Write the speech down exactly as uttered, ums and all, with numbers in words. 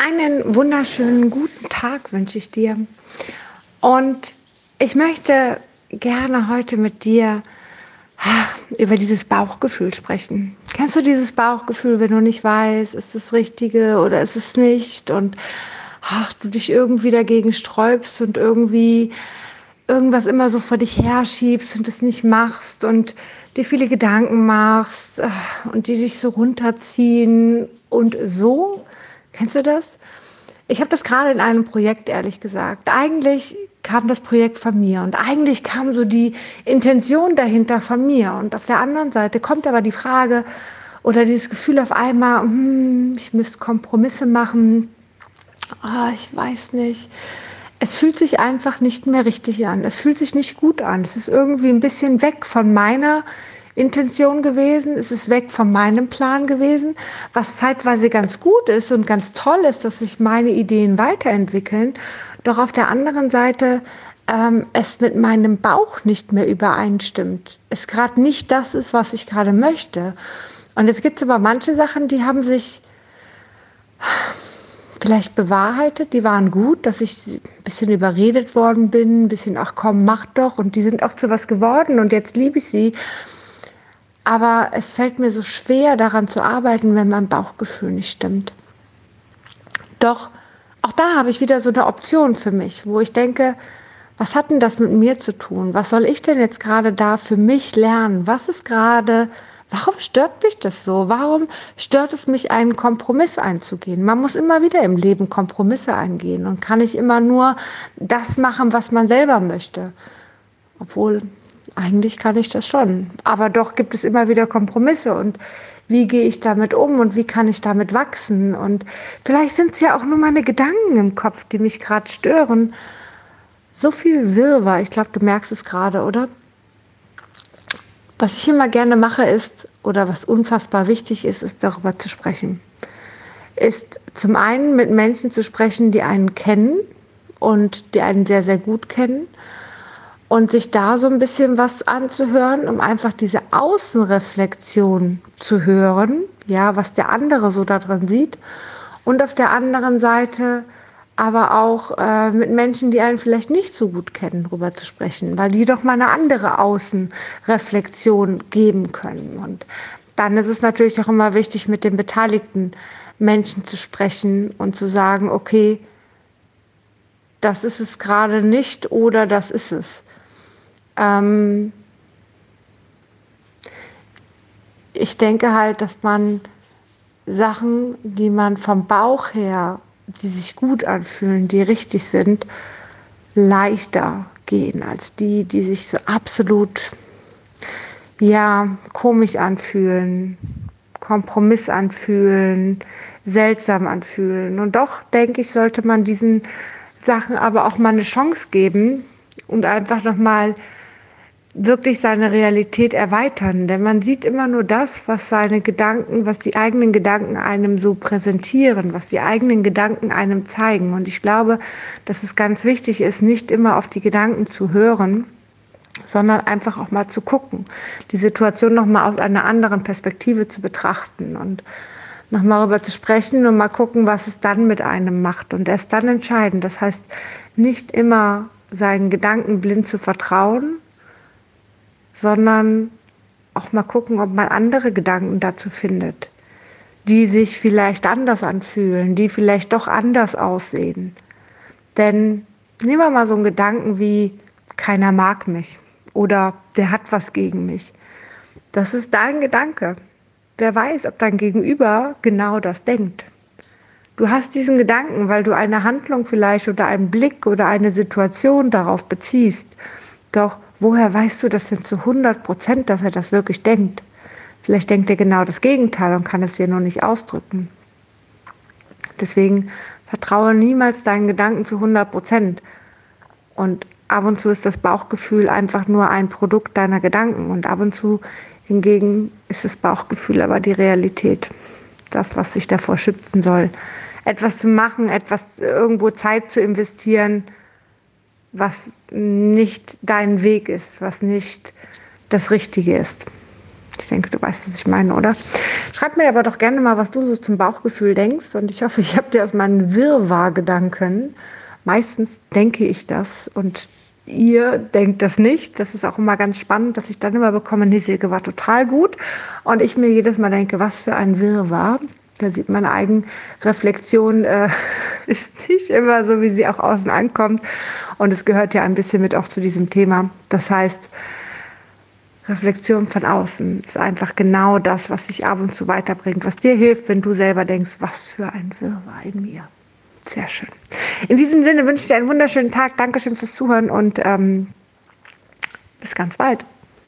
Einen wunderschönen guten Tag wünsche ich dir. Und ich möchte gerne heute mit dir ach, über dieses Bauchgefühl sprechen. Kennst du dieses Bauchgefühl, wenn du nicht weißt, ist es das Richtige oder ist es nicht? Und ach, du dich irgendwie dagegen sträubst und irgendwie irgendwas immer so vor dich herschiebst und es nicht machst und dir viele Gedanken machst ach, und die dich so runterziehen und so. Kennst du das? Ich habe das gerade in einem Projekt, ehrlich gesagt. Eigentlich kam das Projekt von mir und eigentlich kam so die Intention dahinter von mir. Und auf der anderen Seite kommt aber die Frage oder dieses Gefühl auf einmal, hm, ich müsste Kompromisse machen. Oh, ich weiß nicht. Es fühlt sich einfach nicht mehr richtig an. Es fühlt sich nicht gut an. Es ist irgendwie ein bisschen weg von meiner Intention gewesen. Es ist weg von meinem Plan gewesen, was zeitweise ganz gut ist und ganz toll ist, dass sich meine Ideen weiterentwickeln. Doch auf der anderen Seite ähm, es mit meinem Bauch nicht mehr übereinstimmt. Es gerade nicht das ist, was ich gerade möchte. Und jetzt gibt es aber manche Sachen, die haben sich vielleicht bewahrheitet, die waren gut, dass ich ein bisschen überredet worden bin, ein bisschen, ach komm, mach doch, und die sind auch zu was geworden und jetzt liebe ich sie. Aber es fällt mir so schwer, daran zu arbeiten, wenn mein Bauchgefühl nicht stimmt. Doch auch da habe ich wieder so eine Option für mich, wo ich denke, was hat denn das mit mir zu tun? Was soll ich denn jetzt gerade da für mich lernen? Was ist gerade, warum stört mich das so? Warum stört es mich, einen Kompromiss einzugehen? Man muss immer wieder im Leben Kompromisse eingehen und kann nicht immer nur das machen, was man selber möchte. Obwohl, eigentlich kann ich das schon. Aber doch gibt es immer wieder Kompromisse und wie gehe ich damit um und wie kann ich damit wachsen? Und vielleicht sind es ja auch nur meine Gedanken im Kopf, die mich gerade stören. So viel Wirrwarr, ich glaube, du merkst es gerade, oder? Was ich immer gerne mache ist, oder was unfassbar wichtig ist, ist darüber zu sprechen. Ist zum einen mit Menschen zu sprechen, die einen kennen und die einen sehr, sehr gut kennen und sich da so ein bisschen was anzuhören, um einfach diese Außenreflexion zu hören, ja, was der andere so da drin sieht, und auf der anderen Seite aber auch äh, mit Menschen, die einen vielleicht nicht so gut kennen, darüber zu sprechen, weil die doch mal eine andere Außenreflexion geben können. Und dann ist es natürlich auch immer wichtig, mit den beteiligten Menschen zu sprechen und zu sagen, okay, das ist es gerade nicht oder das ist es. Ähm ich denke halt, dass man Sachen, die man vom Bauch her, die sich gut anfühlen, die richtig sind, leichter gehen als die, die sich so absolut, ja, komisch anfühlen, Kompromiss anfühlen, seltsam anfühlen. Und doch, denke ich, sollte man diesen Sachen aber auch mal eine Chance geben und einfach nochmal wirklich seine Realität erweitern, denn man sieht immer nur das, was seine Gedanken, was die eigenen Gedanken einem so präsentieren, was die eigenen Gedanken einem zeigen. Und ich glaube, dass es ganz wichtig ist, nicht immer auf die Gedanken zu hören, sondern einfach auch mal zu gucken, die Situation nochmal aus einer anderen Perspektive zu betrachten und nochmal darüber zu sprechen und mal gucken, was es dann mit einem macht und erst dann entscheiden. Das heißt, nicht immer seinen Gedanken blind zu vertrauen, sondern auch mal gucken, ob man andere Gedanken dazu findet, die sich vielleicht anders anfühlen, die vielleicht doch anders aussehen. Denn nehmen wir mal so einen Gedanken wie, keiner mag mich oder der hat was gegen mich. Das ist dein Gedanke. Wer weiß, ob dein Gegenüber genau das denkt. Du hast diesen Gedanken, weil du eine Handlung vielleicht oder einen Blick oder eine Situation darauf beziehst. Doch woher weißt du das denn zu hundert Prozent, dass er das wirklich denkt? Vielleicht denkt er genau das Gegenteil und kann es dir nur nicht ausdrücken. Deswegen vertraue niemals deinen Gedanken zu hundert Prozent. Und ab und zu ist das Bauchgefühl einfach nur ein Produkt deiner Gedanken. Und ab und zu hingegen ist das Bauchgefühl aber die Realität. Das, was sich davor schützen soll. Etwas zu machen, etwas irgendwo Zeit zu investieren, was nicht dein Weg ist, was nicht das Richtige ist. Ich denke, du weißt, was ich meine, oder? Schreib mir aber doch gerne mal, was du so zum Bauchgefühl denkst. Und ich hoffe, ich habe dir aus meinen Wirrwarr-Gedanken, meistens denke ich das und ihr denkt das nicht. Das ist auch immer ganz spannend, dass ich dann immer bekomme, nee, Silke war total gut. Und ich mir jedes Mal denke, was für ein Wirrwarr. Da sieht man, Eigenreflexion äh, ist nicht immer so, wie sie auch außen ankommt. Und es gehört ja ein bisschen mit auch zu diesem Thema. Das heißt, Reflexion von außen ist einfach genau das, was dich ab und zu weiterbringt, was dir hilft, wenn du selber denkst, was für ein Wirrwarr in mir. Sehr schön. In diesem Sinne wünsche ich dir einen wunderschönen Tag. Dankeschön fürs Zuhören und ähm, bis ganz bald.